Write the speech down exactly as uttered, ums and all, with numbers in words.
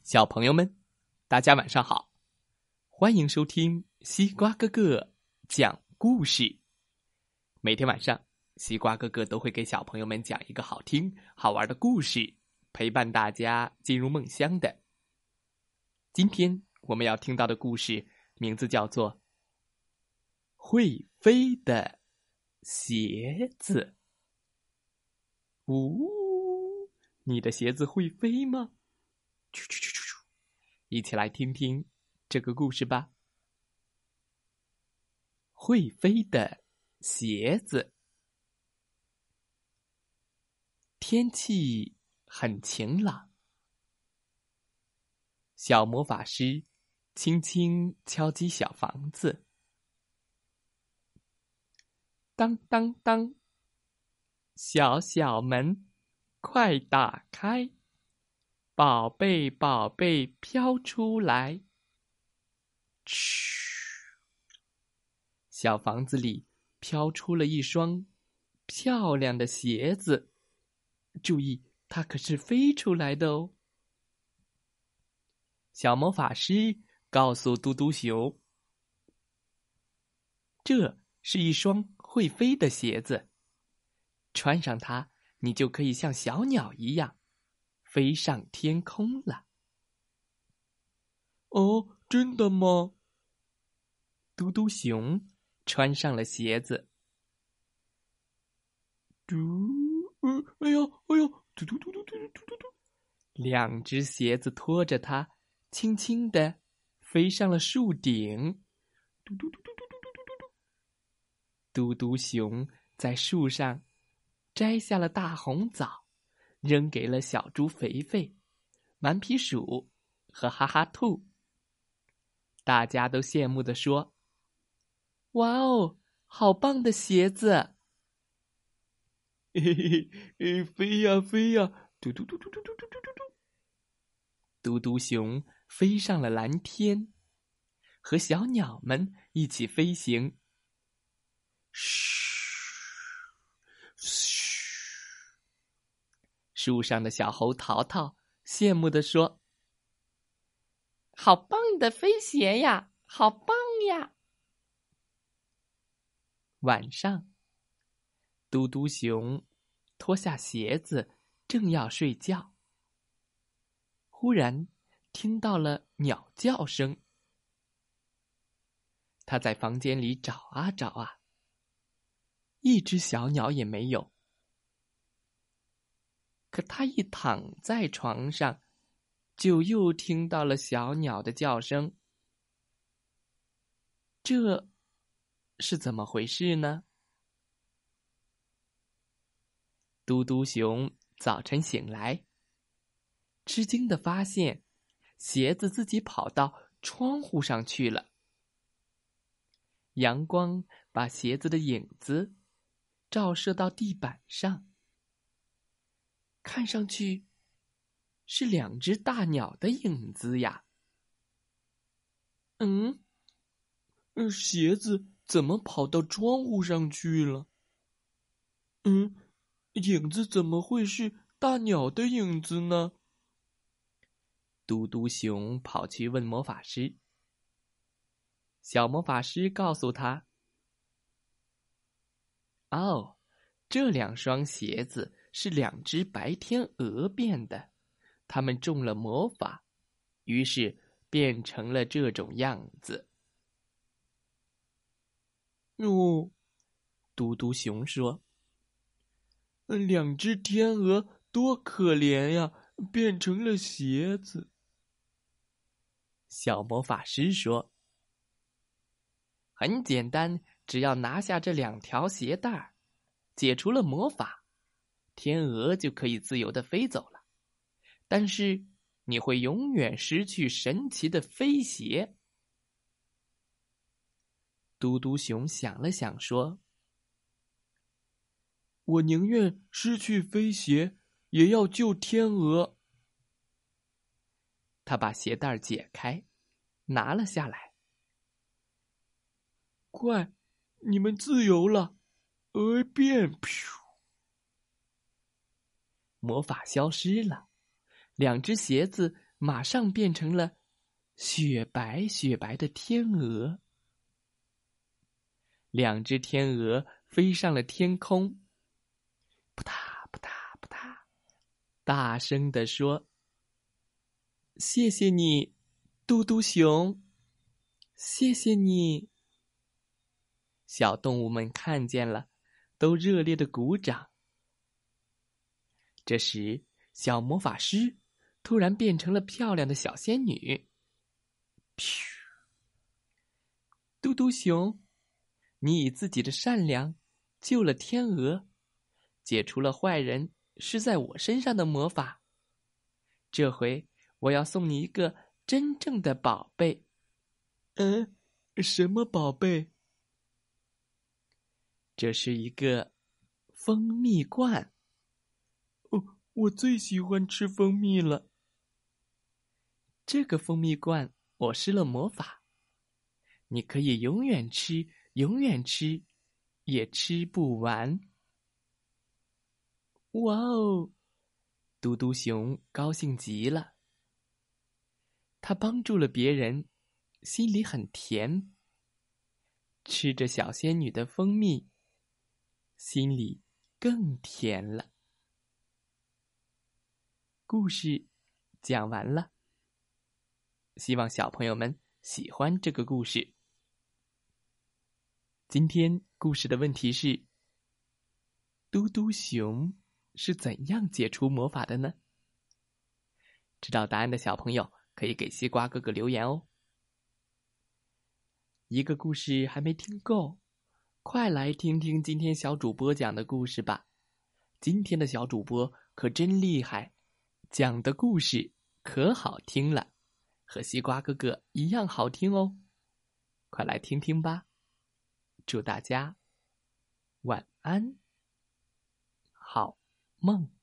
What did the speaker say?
小朋友们，大家晚上好，欢迎收听西瓜哥哥讲故事。每天晚上，西瓜哥哥都会给小朋友们讲一个好听、好玩的故事，陪伴大家进入梦乡的。今天我们要听到的故事名字叫做《会飞的鞋子》。呜，你的鞋子会飞吗？啾啾啾啾啾，一起来听听这个故事吧。会飞的鞋子。天气很晴朗，小魔法师轻轻敲击小房子，当当当，小小门，快打开，宝贝宝贝飘出来。嘘，小房子里飘出了一双漂亮的鞋子，注意，它可是飞出来的哦。小魔法师告诉嘟嘟熊，这是一双会飞的鞋子，穿上它，你就可以像小鸟一样飞上天空了。哦，真的吗？嘟嘟熊穿上了鞋子。嘟，呃，哎呦，哎呦，嘟嘟嘟嘟嘟嘟嘟嘟，两只鞋子拖着它，轻轻地飞上了树顶。嘟嘟嘟嘟嘟嘟嘟嘟嘟，嘟嘟熊在树上摘下了大红枣，扔给了小猪肥肥、顽皮鼠和哈哈兔。大家都羡慕地说：“哇哦，好棒的鞋子！”嘿嘿嘿，飞呀飞呀，嘟嘟嘟嘟嘟嘟嘟嘟嘟。嘟嘟熊飞上了蓝天，和小鸟们一起飞行。嘘，嘘。树上的小猴淘淘羡慕地说：“好棒的飞鞋呀，好棒呀！”晚上，嘟嘟熊脱下鞋子，正要睡觉，忽然听到了鸟叫声。他在房间里找啊找啊，一只小鸟也没有。可他一躺在床上，就又听到了小鸟的叫声。这是怎么回事呢？嘟嘟熊早晨醒来，吃惊地发现鞋子自己跑到窗户上去了。阳光把鞋子的影子照射到地板上，看上去是两只大鸟的影子呀。嗯，鞋子怎么跑到窗户上去了？嗯，影子怎么会是大鸟的影子呢？嘟嘟熊跑去问魔法师。小魔法师告诉他：“哦，这两双鞋子是两只白天鹅变的，它们中了魔法，于是变成了这种样子。”哦，嘟嘟熊说：“两只天鹅多可怜呀，变成了鞋子。”小魔法师说：“很简单，只要拿下这两条鞋带，解除了魔法，天鹅就可以自由地飞走了。但是你会永远失去神奇的飞鞋。”嘟嘟熊想了想说：“我宁愿失去飞鞋，也要救天鹅。”他把鞋带解开，拿了下来。快，你们自由了！鹅变，噗！魔法消失了，两只鞋子马上变成了雪白雪白的天鹅。两只天鹅飞上了天空，扑嗒扑嗒扑嗒，大声地说：谢谢你，嘟嘟熊，谢谢你。小动物们看见了，都热烈地鼓掌。这时，小魔法师突然变成了漂亮的小仙女。噗！嘟嘟熊，你以自己的善良救了天鹅，解除了坏人施在我身上的魔法。这回我要送你一个真正的宝贝。嗯，什么宝贝？这是一个蜂蜜罐。哦，我最喜欢吃蜂蜜了。这个蜂蜜罐我施了魔法，你可以永远吃，永远吃，也吃不完。哇哦！嘟嘟熊高兴极了，他帮助了别人，心里很甜。吃着小仙女的蜂蜜，心里更甜了。故事讲完了，希望小朋友们喜欢这个故事。今天故事的问题是：嘟嘟熊是怎样解除魔法的呢？知道答案的小朋友可以给西瓜哥哥留言哦。一个故事还没听够，快来听听今天小主播讲的故事吧。今天的小主播可真厉害，讲的故事可好听了，和西瓜哥哥一样好听哦。快来听听吧。祝大家晚安，好梦。